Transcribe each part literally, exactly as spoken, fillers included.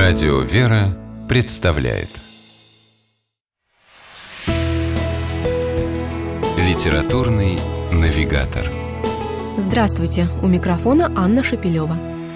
Радио «Вера» представляет Литературный навигатор. Здравствуйте, у микрофона Анна Шапилева.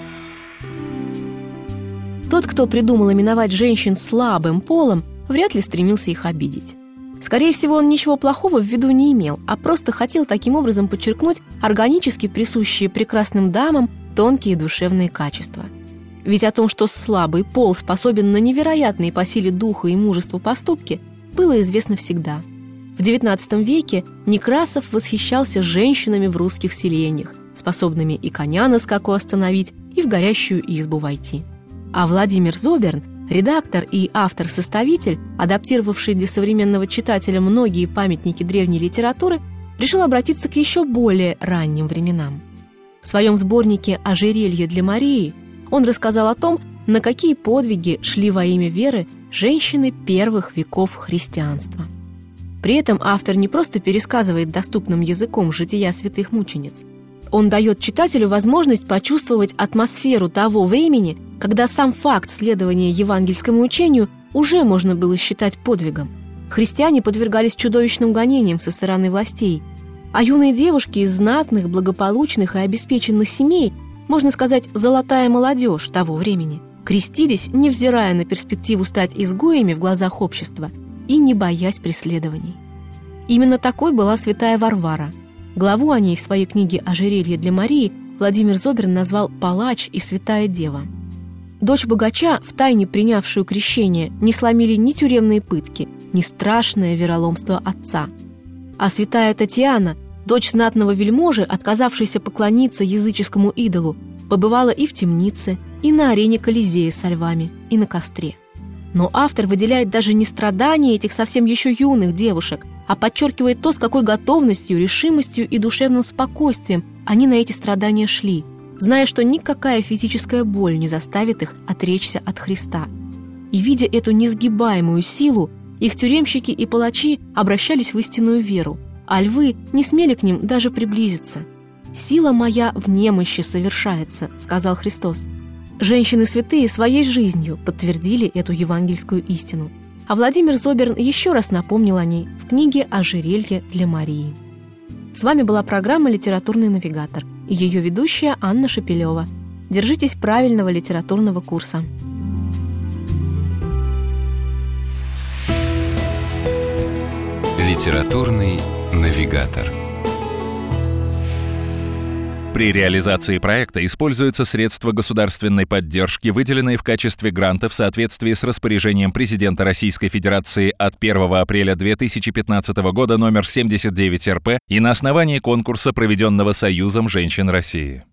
Тот, кто придумал именовать женщин слабым полом, вряд ли стремился их обидеть. Скорее всего, он ничего плохого в виду не имел, а просто хотел таким образом подчеркнуть органически присущие прекрасным дамам тонкие душевные качества. Ведь о том, что слабый пол способен на невероятные по силе духа и мужеству поступки, было известно всегда. В девятнадцатом веке Некрасов восхищался женщинами в русских селениях, способными и коня на скаку остановить, и в горящую избу войти. А Владимир Зоберн, редактор и автор-составитель, адаптировавший для современного читателя многие памятники древней литературы, решил обратиться к еще более ранним временам. В своем сборнике «Ожерелье для Марии» он рассказал о том, на какие подвиги шли во имя веры женщины первых веков христианства. При этом автор не просто пересказывает доступным языком жития святых мучениц. Он дает читателю возможность почувствовать атмосферу того времени, когда сам факт следования евангельскому учению уже можно было считать подвигом. Христиане подвергались чудовищным гонениям со стороны властей, а юные девушки из знатных, благополучных и обеспеченных семей, можно сказать, золотая молодежь того времени, крестились, невзирая на перспективу стать изгоями в глазах общества и не боясь преследований. Именно такой была святая Варвара. Главу о ней в своей книге «Ожерелье для Марии» Владимир Зоберн назвал «Палач и святая дева». Дочь богача, втайне принявшую крещение, не сломили ни тюремные пытки, ни страшное вероломство отца. А святая Татьяна, дочь знатного вельможи, отказавшаяся поклониться языческому идолу, побывала и в темнице, и на арене Колизея со львами, и на костре. Но автор выделяет даже не страдания этих совсем еще юных девушек, а подчеркивает то, с какой готовностью, решимостью и душевным спокойствием они на эти страдания шли, зная, что никакая физическая боль не заставит их отречься от Христа. И видя эту несгибаемую силу, их тюремщики и палачи обращались в истинную веру, а львы не смели к ним даже приблизиться. «Сила моя в немощи совершается», — сказал Христос. Женщины святые своей жизнью подтвердили эту евангельскую истину. А Владимир Зоберн еще раз напомнил о ней в книге «Ожерелье для Марии». С вами была программа «Литературный навигатор» и ее ведущая Анна Шапилева. Держитесь правильного литературного курса. Литературный навигатор. При реализации проекта используются средства государственной поддержки, выделенные в качестве гранта в соответствии с распоряжением президента Российской Федерации от первого апреля две тысячи пятнадцатого года номер семьдесят девять эр пэ и на основании конкурса, проведенного Союзом женщин России.